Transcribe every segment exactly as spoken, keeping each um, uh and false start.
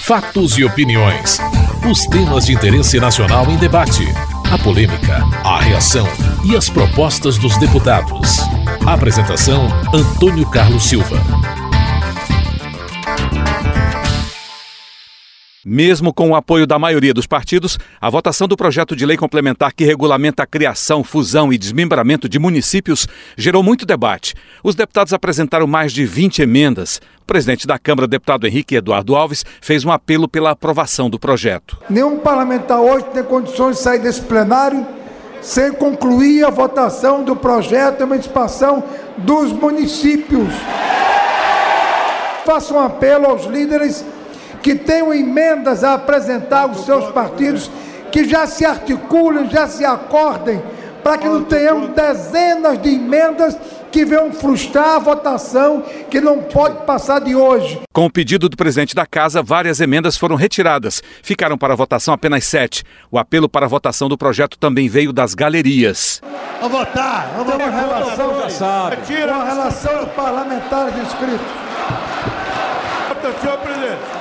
Fatos e opiniões. Os temas de interesse nacional em debate. A polêmica, a reação e as propostas dos deputados. Apresentação: Antônio Carlos Silva. Mesmo com o apoio da maioria dos partidos, a votação do projeto de lei complementar que regulamenta a criação, fusão e desmembramento de municípios gerou muito debate. Os deputados apresentaram mais de vinte emendas. O presidente da Câmara, deputado Henrique Eduardo Alves, fez um apelo pela aprovação do projeto. Nenhum parlamentar hoje tem condições de sair desse plenário sem concluir a votação do projeto de emancipação dos municípios. Faço um apelo aos líderes que tenham emendas a apresentar aos seus partidos, que já se articulem, já se acordem, para que não tenhamos dezenas de emendas que venham frustrar a votação, que não pode passar de hoje. Com o pedido do presidente da Casa, várias emendas foram retiradas. Ficaram para votação apenas sete. O apelo para a votação do projeto também veio das galerias. Vamos votar! Vamos Tem uma relação, já sabe. Uma relação de parlamentares inscritos. Senhor presidente.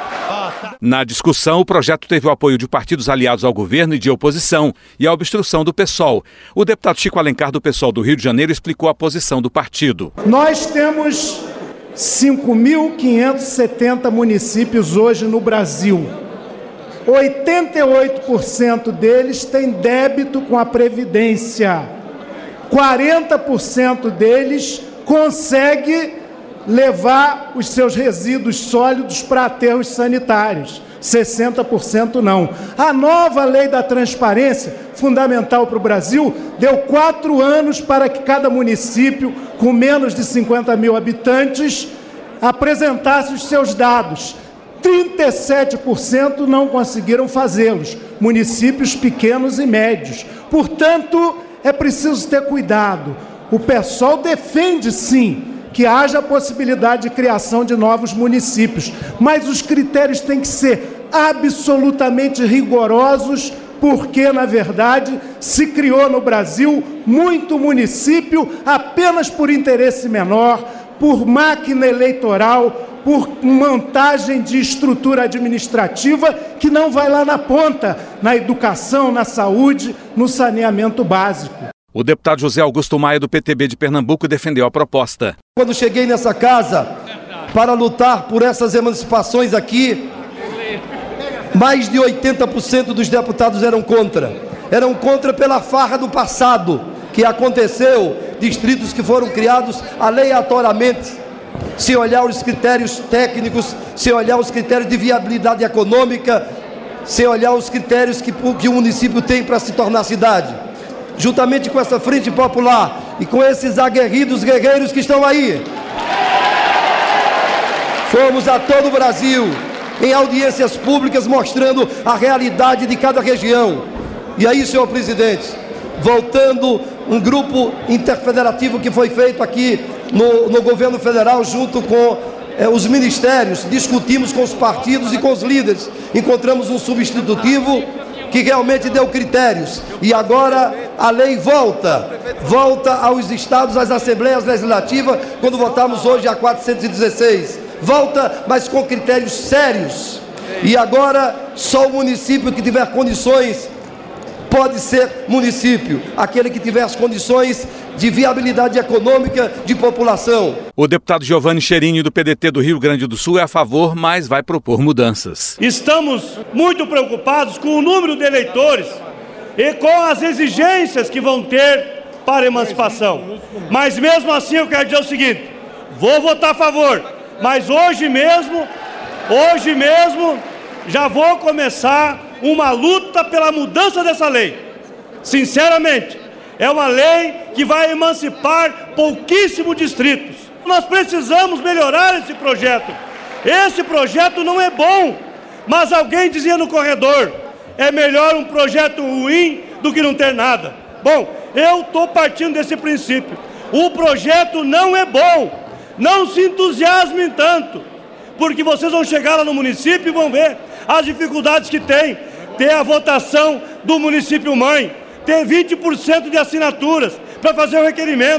Na discussão, o projeto teve o apoio de partidos aliados ao governo e de oposição e a obstrução do PSOL. O deputado Chico Alencar, do PSOL do Rio de Janeiro, explicou a posição do partido. Nós temos cinco mil quinhentos e setenta municípios hoje no Brasil. oitenta e oito por cento deles têm débito com a Previdência. quarenta por cento deles consegue levar os seus resíduos sólidos para aterros sanitários, sessenta por cento não. A nova lei da transparência, fundamental para o Brasil, deu quatro anos para que cada município com menos de cinquenta mil habitantes apresentasse os seus dados. trinta e sete por cento não conseguiram fazê-los, municípios pequenos e médios. Portanto, é preciso ter cuidado. O PSOL defende, sim, que haja a possibilidade de criação de novos municípios, mas os critérios têm que ser absolutamente rigorosos, porque, na verdade, se criou no Brasil muito município apenas por interesse menor, por máquina eleitoral, por montagem de estrutura administrativa que não vai lá na ponta, na educação, na saúde, no saneamento básico. O deputado José Augusto Maia, do P T B de Pernambuco, defendeu a proposta. Quando cheguei nessa casa para lutar por essas emancipações aqui, mais de oitenta por cento dos deputados eram contra. Eram contra pela farra do passado, que aconteceu, distritos que foram criados aleatoriamente, se olhar os critérios técnicos, se olhar os critérios de viabilidade econômica, se olhar os critérios que, que o município tem para se tornar cidade. Juntamente com essa frente popular e com esses aguerridos guerreiros que estão aí, fomos a todo o Brasil em audiências públicas mostrando a realidade de cada região. E aí, senhor presidente, voltando um grupo interfederativo que foi feito aqui no, no governo federal junto com eh, os ministérios, discutimos com os partidos e com os líderes, encontramos um substitutivo que realmente deu critérios, e agora a lei volta, volta aos estados, às assembleias legislativas, quando votamos hoje a quatrocentos e dezesseis, volta, mas com critérios sérios, e agora só o município que tiver condições pode ser município, aquele que tiver as condições de viabilidade econômica de população. O deputado Giovanni Cheirinho, do P D T do Rio Grande do Sul, é a favor, mas vai propor mudanças. Estamos muito preocupados com o número de eleitores e com as exigências que vão ter para a emancipação. Mas mesmo assim eu quero dizer o seguinte, vou votar a favor, mas hoje mesmo, hoje mesmo, já vou começar uma luta pela mudança dessa lei. Sinceramente, é uma lei que vai emancipar pouquíssimos distritos. Nós precisamos melhorar esse projeto. Esse projeto não é bom, mas alguém dizia no corredor, é melhor um projeto ruim do que não ter nada. Bom, eu estou partindo desse princípio. O projeto não é bom. Não se entusiasmem tanto, porque vocês vão chegar lá no município e vão ver as dificuldades que tem. Ter a votação do município mãe, ter vinte por cento de assinaturas para fazer o requerimento.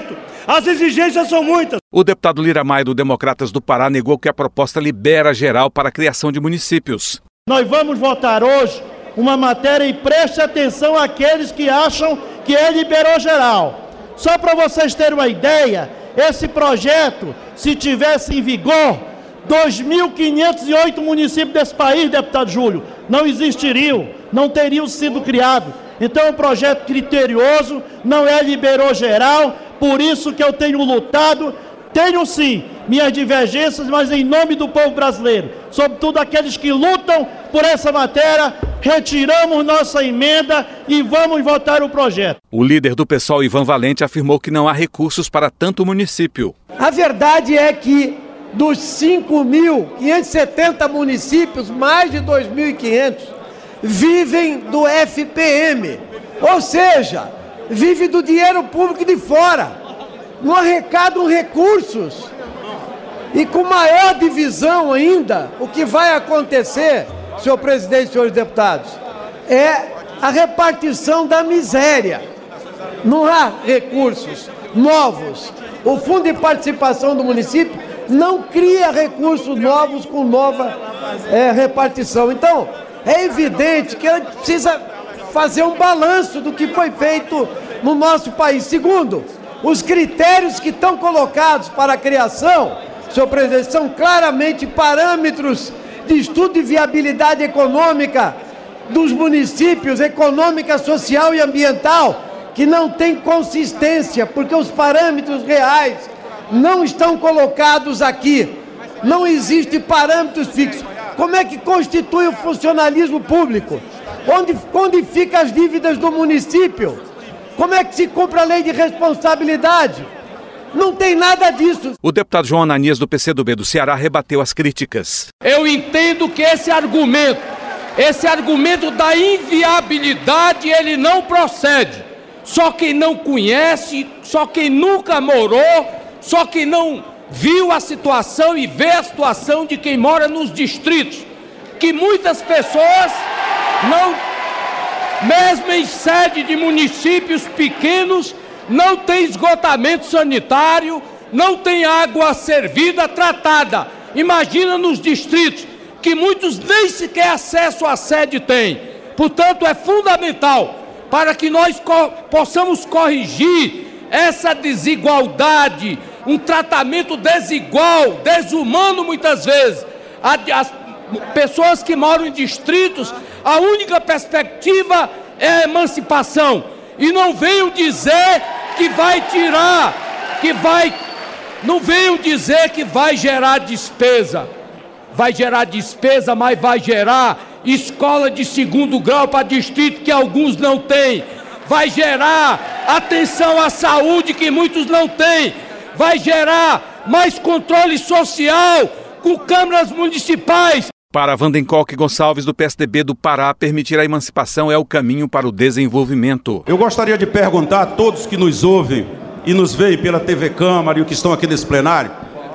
As exigências são muitas. O deputado Lira Maia, do Democratas do Pará, negou que a proposta libera geral para a criação de municípios. Nós vamos votar hoje uma matéria e preste atenção àqueles que acham que é liberou geral. Só para vocês terem uma ideia, esse projeto, se tivesse em vigor, dois mil quinhentos e oito municípios desse país, deputado Júlio, não existiriam, não teriam sido criados. Então é um projeto criterioso, não é liberou geral, por isso que eu tenho lutado, tenho sim minhas divergências, mas em nome do povo brasileiro, sobretudo aqueles que lutam por essa matéria, retiramos nossa emenda e vamos votar o projeto. O líder do PSOL, Ivan Valente, afirmou que não há recursos para tanto município. A verdade é que dos cinco mil quinhentos e setenta municípios, mais de dois mil e quinhentos vivem do F P M, ou seja, vive do dinheiro público de fora, não arrecadam recursos. E com maior divisão ainda, o que vai acontecer, senhor presidente e senhores deputados, é a repartição da miséria. Não há recursos novos. O Fundo de Participação do município não cria recursos novos com nova é, repartição. Então, é evidente que ela precisa fazer um balanço do que foi feito no nosso país. Segundo, os critérios que estão colocados para a criação, senhor presidente, são claramente parâmetros de estudo de viabilidade econômica dos municípios, econômica, social e ambiental, que não tem consistência, porque os parâmetros reais não estão colocados aqui. Não existem parâmetros fixos. Como é que constitui o funcionalismo público? Onde, onde ficam as dívidas do município? Como é que se cumpre a lei de responsabilidade? Não tem nada disso. O deputado João Ananias, do P C do B do Ceará, rebateu as críticas. Eu entendo que esse argumento, esse argumento da inviabilidade, ele não procede. Só quem não conhece, só quem nunca morou, só quem não viu a situação e vê a situação de quem mora nos distritos, que muitas pessoas não, mesmo em sede de municípios pequenos, não tem esgotamento sanitário, não tem água servida, tratada. Imagina nos distritos, que muitos nem sequer acesso à sede têm. Portanto, é fundamental para que nós co- possamos corrigir essa desigualdade, um tratamento desigual, desumano muitas vezes. As pessoas que moram em distritos, a única perspectiva é a emancipação. E não venham dizer que vai tirar, que vai... Não venham dizer que vai gerar despesa. Vai gerar despesa, mas vai gerar escola de segundo grau para distrito que alguns não têm. Vai gerar atenção à saúde que muitos não têm. Vai gerar mais controle social com câmaras municipais. Para Vandenkolk Gonçalves, do P S D B do Pará, permitir a emancipação é o caminho para o desenvolvimento. Eu gostaria de perguntar a todos que nos ouvem e nos veem pela T V Câmara e os que estão aqui nesse plenário,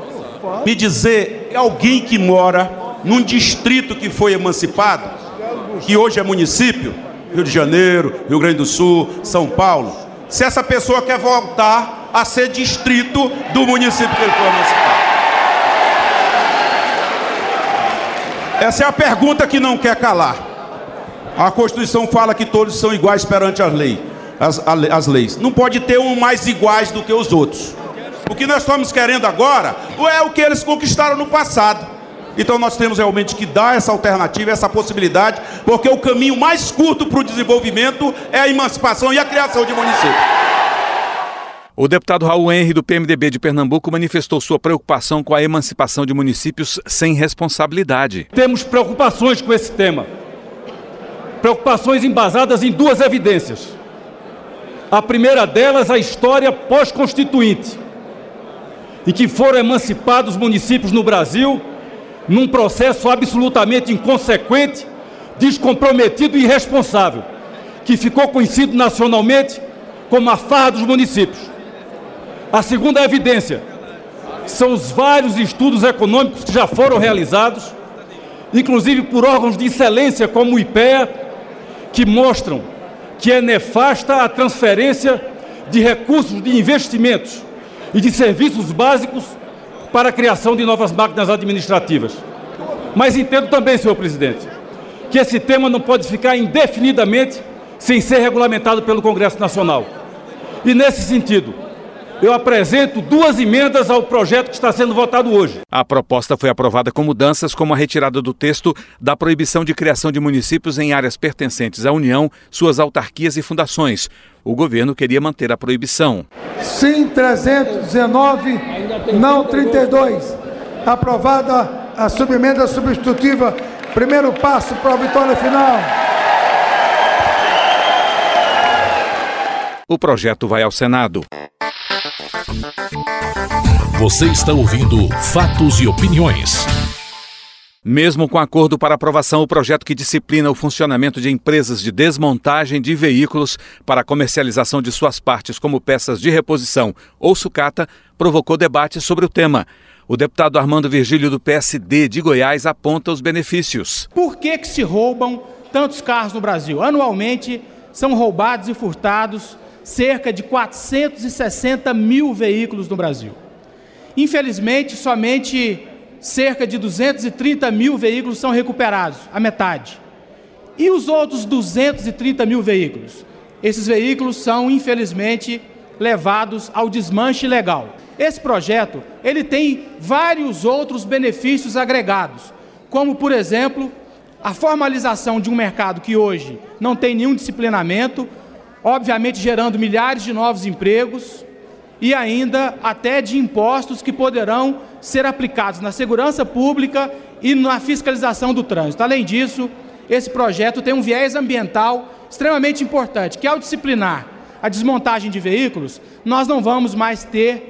me dizer, alguém que mora num distrito que foi emancipado, que hoje é município, Rio de Janeiro, Rio Grande do Sul, São Paulo, se essa pessoa quer voltar a ser distrito do município que ele foi emancipado. Essa é a pergunta que não quer calar. A Constituição fala que todos são iguais perante as leis. As, as leis. Não pode ter um mais iguais do que os outros. O que nós estamos querendo agora é o que eles conquistaram no passado. Então nós temos realmente que dar essa alternativa, essa possibilidade, porque o caminho mais curto para o desenvolvimento é a emancipação e a criação de municípios. O deputado Raul Henry, do P M D B de Pernambuco, manifestou sua preocupação com a emancipação de municípios sem responsabilidade. Temos preocupações com esse tema. Preocupações embasadas em duas evidências. A primeira delas, a história pós-constituinte, em que foram emancipados municípios no Brasil num processo absolutamente inconsequente, descomprometido e irresponsável, que ficou conhecido nacionalmente como a farra dos municípios. A segunda evidência são os vários estudos econômicos que já foram realizados, inclusive por órgãos de excelência como o I P E A, que mostram que é nefasta a transferência de recursos de investimentos e de serviços básicos para a criação de novas máquinas administrativas. Mas entendo também, senhor presidente, que esse tema não pode ficar indefinidamente sem ser regulamentado pelo Congresso Nacional. E, nesse sentido, eu apresento duas emendas ao projeto que está sendo votado hoje. A proposta foi aprovada com mudanças como a retirada do texto da proibição de criação de municípios em áreas pertencentes à União, suas autarquias e fundações. O governo queria manter a proibição. Sim, trezentos e dezenove, não trinta e dois. Aprovada a subemenda substitutiva. Primeiro passo para a vitória final. O projeto vai ao Senado. Você está ouvindo Fatos e Opiniões. Mesmo com acordo para aprovação, o projeto que disciplina o funcionamento de empresas de desmontagem de veículos para comercialização de suas partes como peças de reposição ou sucata provocou debate sobre o tema. O deputado Armando Virgílio, do P S D de Goiás, aponta os benefícios. Por que que se roubam tantos carros no Brasil? Anualmente são roubados e furtados cerca de quatrocentos e sessenta mil veículos no Brasil. Infelizmente, somente cerca de duzentos e trinta mil veículos são recuperados, a metade. E os outros duzentos e trinta mil veículos? Esses veículos são, infelizmente, levados ao desmanche ilegal. Esse projeto, ele tem vários outros benefícios agregados, como, por exemplo, a formalização de um mercado que hoje não tem nenhum disciplinamento, obviamente gerando milhares de novos empregos e ainda até de impostos que poderão ser aplicados na segurança pública e na fiscalização do trânsito. Além disso, esse projeto tem um viés ambiental extremamente importante, que ao disciplinar a desmontagem de veículos, nós não vamos mais ter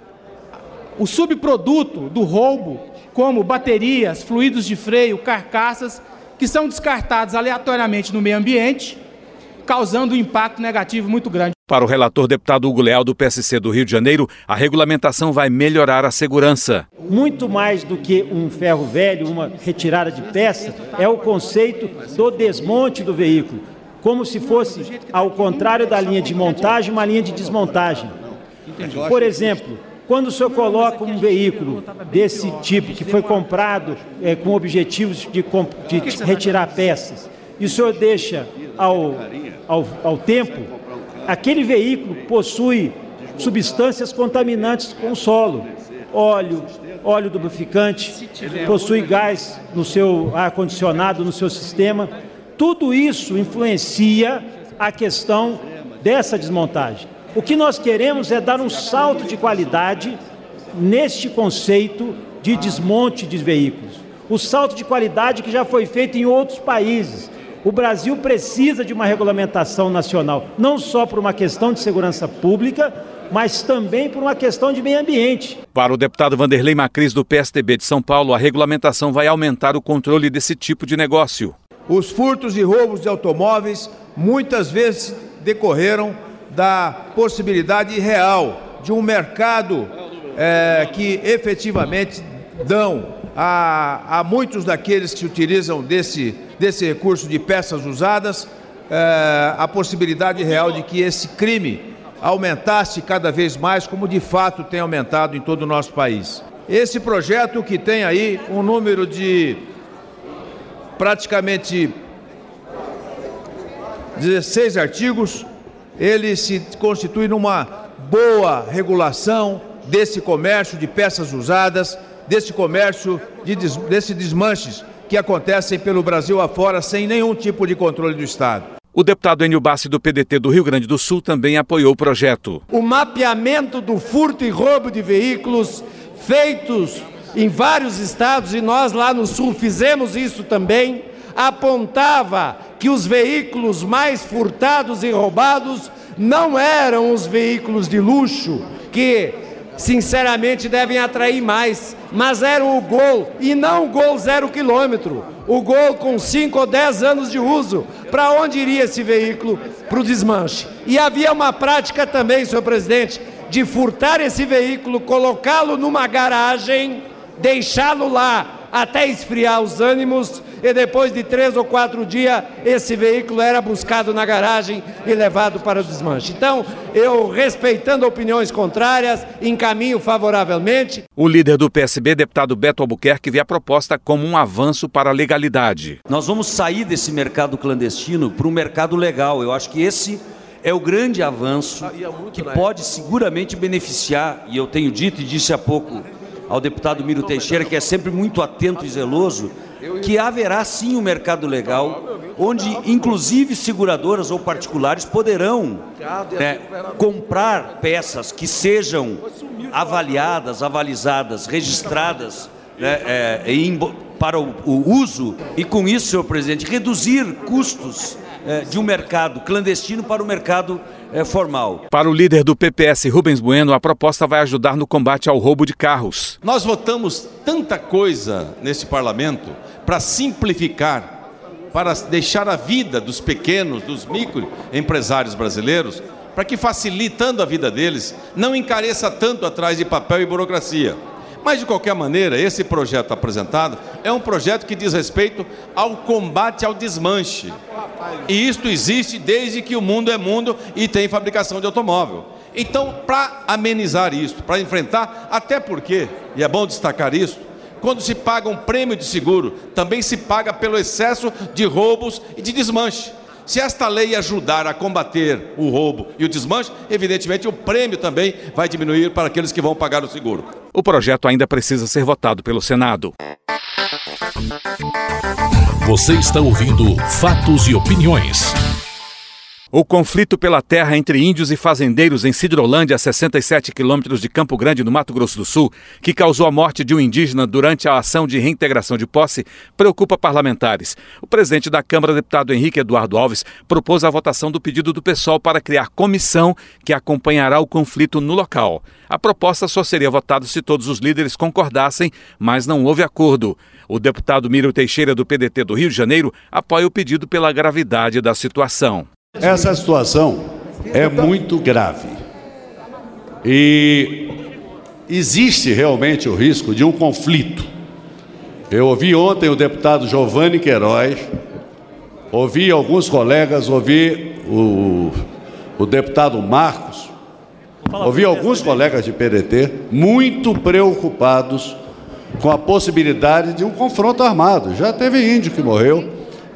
o subproduto do roubo, como baterias, fluidos de freio, carcaças, que são descartados aleatoriamente no meio ambiente, causando um impacto negativo muito grande. Para o relator deputado Hugo Leal, do P S C do Rio de Janeiro, a regulamentação vai melhorar a segurança. Muito mais do que um ferro velho, uma retirada de peça, é o conceito do desmonte do veículo, como se fosse, ao contrário da linha de montagem, uma linha de desmontagem. Por exemplo, quando o senhor coloca um veículo desse tipo, que foi comprado é, com objetivos de, de retirar peças, e o senhor deixa ao, ao, ao tempo, aquele veículo possui substâncias contaminantes com o solo, óleo, óleo lubrificante, possui gás no seu ar-condicionado, no seu sistema. Tudo isso influencia a questão dessa desmontagem. O que nós queremos é dar um salto de qualidade neste conceito de desmonte de veículos. O salto de qualidade que já foi feito em outros países. O Brasil precisa de uma regulamentação nacional, não só por uma questão de segurança pública, mas também por uma questão de meio ambiente. Para o deputado Vanderlei Macris, do P S D B de São Paulo, a regulamentação vai aumentar o controle desse tipo de negócio. Os furtos e roubos de automóveis muitas vezes decorreram da possibilidade real de um mercado é, que efetivamente dão a, a muitos daqueles que se utilizam desse, desse recurso de peças usadas é, a possibilidade real de que esse crime aumentasse cada vez mais, como de fato tem aumentado em todo o nosso país. Esse projeto, que tem aí um número de praticamente dezesseis artigos, ele se constitui numa boa regulação desse comércio de peças usadas, desse comércio, de des, desse desmanches que acontecem pelo Brasil afora sem nenhum tipo de controle do Estado. O deputado Enio Bassi, do P D T do Rio Grande do Sul, também apoiou o projeto. O mapeamento do furto e roubo de veículos feitos em vários estados, e nós lá no Sul fizemos isso também, apontava que os veículos mais furtados e roubados não eram os veículos de luxo, que sinceramente devem atrair mais, mas eram o Gol, e não o Gol zero quilômetro, o Gol com cinco ou dez anos de uso. Para onde iria esse veículo? Para o desmanche. E havia uma prática também, senhor presidente, de furtar esse veículo, colocá-lo numa garagem, deixá-lo lá até esfriar os ânimos, e depois de três ou quatro dias, esse veículo era buscado na garagem e levado para o desmanche. Então, eu, respeitando opiniões contrárias, encaminho favoravelmente. O líder do P S B, deputado Beto Albuquerque, vê a proposta como um avanço para a legalidade. Nós vamos sair desse mercado clandestino para um mercado legal. Eu acho que esse é o grande avanço que pode seguramente beneficiar, e eu tenho dito e disse há pouco ao deputado Miro Teixeira, que é sempre muito atento e zeloso, que haverá sim um mercado legal, onde inclusive seguradoras ou particulares poderão, né, comprar peças que sejam avaliadas, avalizadas, registradas, né, é, em, para o, o uso, e com isso, senhor presidente, reduzir custos é, de um mercado clandestino para o mercado é, formal. Para o líder do P P S, Rubens Bueno, a proposta vai ajudar no combate ao roubo de carros. Nós votamos tanta coisa nesse parlamento para simplificar, para deixar a vida dos pequenos, dos microempresários brasileiros, para que, facilitando a vida deles, não encareça tanto atrás de papel e burocracia. Mas, de qualquer maneira, esse projeto apresentado é um projeto que diz respeito ao combate ao desmanche. E isto existe desde que o mundo é mundo e tem fabricação de automóvel. Então, para amenizar isso, para enfrentar, até porque, e é bom destacar isso, quando se paga um prêmio de seguro, também se paga pelo excesso de roubos e de desmanche. Se esta lei ajudar a combater o roubo e o desmanche, evidentemente o prêmio também vai diminuir para aqueles que vão pagar o seguro. O projeto ainda precisa ser votado pelo Senado. Você está ouvindo Fatos e Opiniões. O conflito pela terra entre índios e fazendeiros em Sidrolândia, a sessenta e sete quilômetros de Campo Grande, no Mato Grosso do Sul, que causou a morte de um indígena durante a ação de reintegração de posse, preocupa parlamentares. O presidente da Câmara, deputado Henrique Eduardo Alves, propôs a votação do pedido do PSOL para criar comissão que acompanhará o conflito no local. A proposta só seria votada se todos os líderes concordassem, mas não houve acordo. O deputado Miro Teixeira, do P D T do Rio de Janeiro, apoia o pedido pela gravidade da situação. Essa situação é muito grave e existe realmente o risco de um conflito. Eu ouvi ontem o deputado Giovanni Queiroz, ouvi alguns colegas, ouvi o, o deputado Marcos, ouvi alguns colegas de P D T muito preocupados com a possibilidade de um confronto armado. Já teve índio que morreu,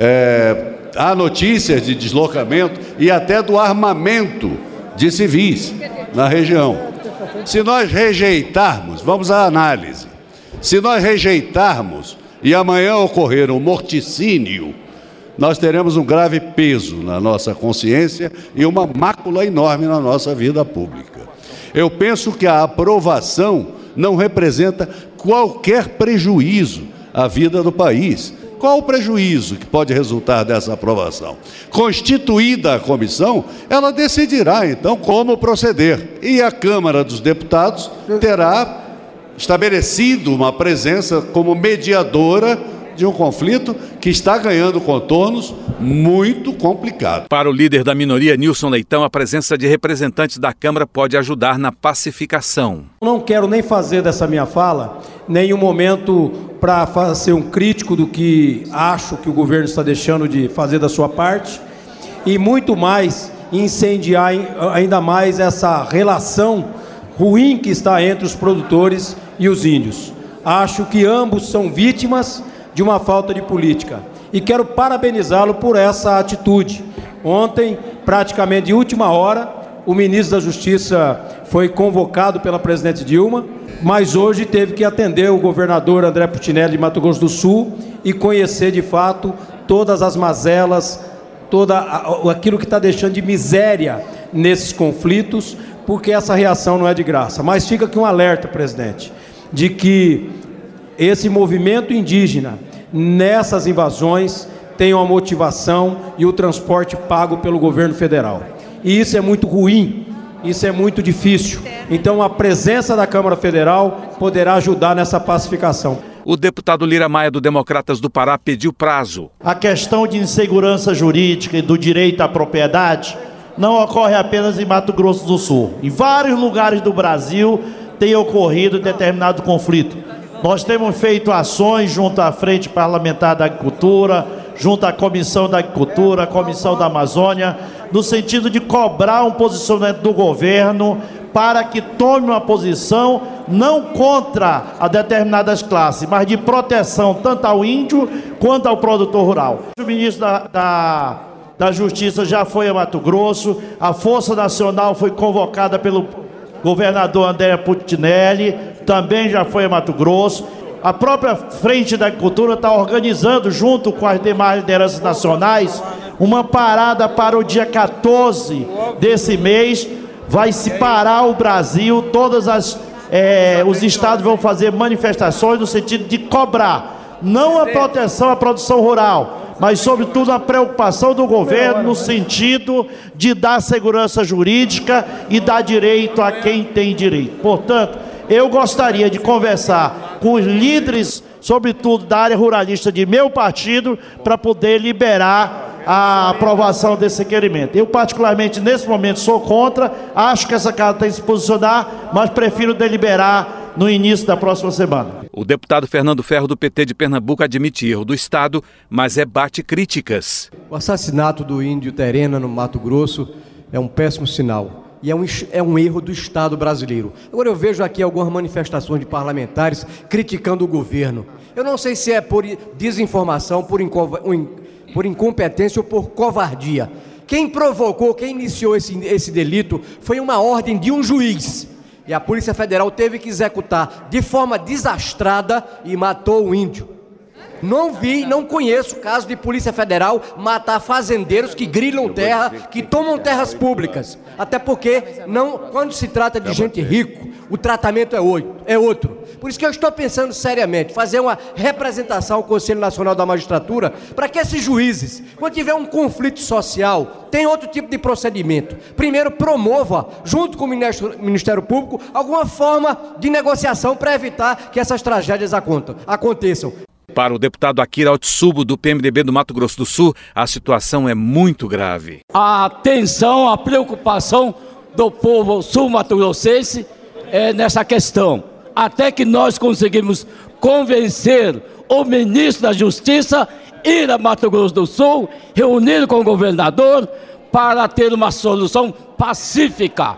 é, há notícias de deslocamento e até do armamento de civis na região. Se nós rejeitarmos, vamos à análise, se nós rejeitarmos e amanhã ocorrer um morticínio, nós teremos um grave peso na nossa consciência e uma mácula enorme na nossa vida pública. Eu penso que a aprovação não representa qualquer prejuízo à vida do país. Qual o prejuízo que pode resultar dessa aprovação? Constituída a comissão, ela decidirá, então, como proceder. E a Câmara dos Deputados terá estabelecido uma presença como mediadora de um conflito que está ganhando contornos muito complicados. Para o líder da minoria, Nilson Leitão, a presença de representantes da Câmara pode ajudar na pacificação. Não quero nem fazer dessa minha fala nenhum momento para ser um crítico do que acho que o governo está deixando de fazer da sua parte e muito mais incendiar ainda mais essa relação ruim que está entre os produtores e os índios. Acho que ambos são vítimas de uma falta de política. E quero parabenizá-lo por essa atitude. Ontem, praticamente de última hora, o ministro da Justiça foi convocado pela presidente Dilma, mas hoje teve que atender o governador André Putinelli de Mato Grosso do Sul e conhecer de fato todas as mazelas, todo aquilo que está deixando de miséria nesses conflitos, porque essa reação não é de graça. Mas fica aqui um alerta, presidente, de que esse movimento indígena, nessas invasões, tem uma motivação e o transporte pago pelo governo federal. E isso é muito ruim, isso é muito difícil. Então, a presença da Câmara Federal poderá ajudar nessa pacificação. O deputado Lira Maia, do Democratas do Pará, pediu prazo. A questão de insegurança jurídica e do direito à propriedade não ocorre apenas em Mato Grosso do Sul. Em vários lugares do Brasil tem ocorrido determinado conflito. Nós temos feito ações junto à Frente Parlamentar da Agricultura, junto à Comissão da Agricultura, à Comissão da Amazônia, no sentido de cobrar um posicionamento do governo para que tome uma posição não contra a determinadas classes, mas de proteção tanto ao índio quanto ao produtor rural. O ministro da, da, da Justiça já foi a Mato Grosso, a Força Nacional foi convocada pelo governador André Putinelli, também já foi a Mato Grosso. A própria Frente da Agricultura está organizando, junto com as demais lideranças nacionais, uma parada para o dia quatorze desse mês. Vai se parar o Brasil, todas as é, os estados vão fazer manifestações no sentido de cobrar, não a proteção à produção rural, mas sobretudo a preocupação do governo no sentido de dar segurança jurídica e dar direito a quem tem direito. Portanto, eu gostaria de conversar com os líderes, sobretudo da área ruralista de meu partido, para poder liberar a aprovação desse requerimento. Eu, particularmente, nesse momento, sou contra, acho que essa casa tem que se posicionar, mas prefiro deliberar no início da próxima semana. O deputado Fernando Ferro, do P T de Pernambuco, admite erro do Estado, mas rebate críticas. O assassinato do índio Terena, no Mato Grosso, é um péssimo sinal. E é um, é um erro do Estado brasileiro. Agora eu vejo aqui algumas manifestações de parlamentares criticando o governo. Eu não sei se é por desinformação, por, inco, por incompetência ou por covardia. Quem provocou, quem iniciou esse, esse delito foi uma ordem de um juiz. E a Polícia Federal teve que executar de forma desastrada e matou o índio. Não vi, não conheço caso de Polícia Federal matar fazendeiros que grilam terra, que tomam terras públicas. Até porque, não, quando se trata de gente rico, o tratamento é outro. Por isso que eu estou pensando seriamente, fazer uma representação ao Conselho Nacional da Magistratura, para que esses juízes, quando tiver um conflito social, tenham outro tipo de procedimento. Primeiro, promova, junto com o Ministério Público, alguma forma de negociação para evitar que essas tragédias aconteçam. Para o deputado Akira Otsubo, do P M D B do Mato Grosso do Sul, a situação é muito grave. A atenção, a preocupação do povo sul-mato-grossense é nessa questão. Até que nós conseguimos convencer o ministro da Justiça a ir a Mato Grosso do Sul, reunir com o governador para ter uma solução pacífica.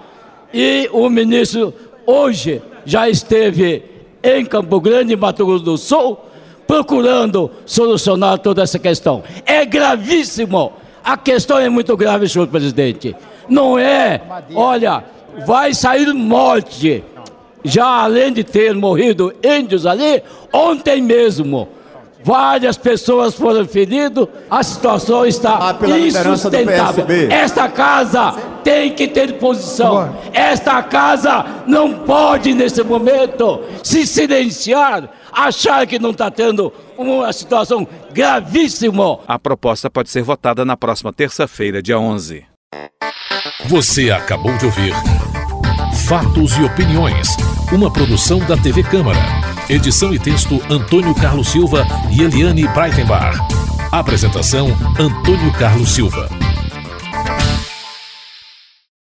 E o ministro hoje já esteve em Campo Grande, Mato Grosso do Sul, procurando solucionar toda essa questão. É gravíssimo. A questão é muito grave, senhor presidente. Não é, olha, vai sair morte. Já além de ter morrido índios ali, ontem mesmo, várias pessoas foram feridas, a situação está insustentável. Esta casa tem que ter posição. Esta casa não pode, nesse momento, se silenciar, achar que não está tendo uma situação gravíssima. A proposta pode ser votada na próxima terça-feira, dia onze. Você acabou de ouvir Fatos e Opiniões, uma produção da T V Câmara. Edição e texto Antônio Carlos Silva e Eliane Breitenbach. Apresentação Antônio Carlos Silva.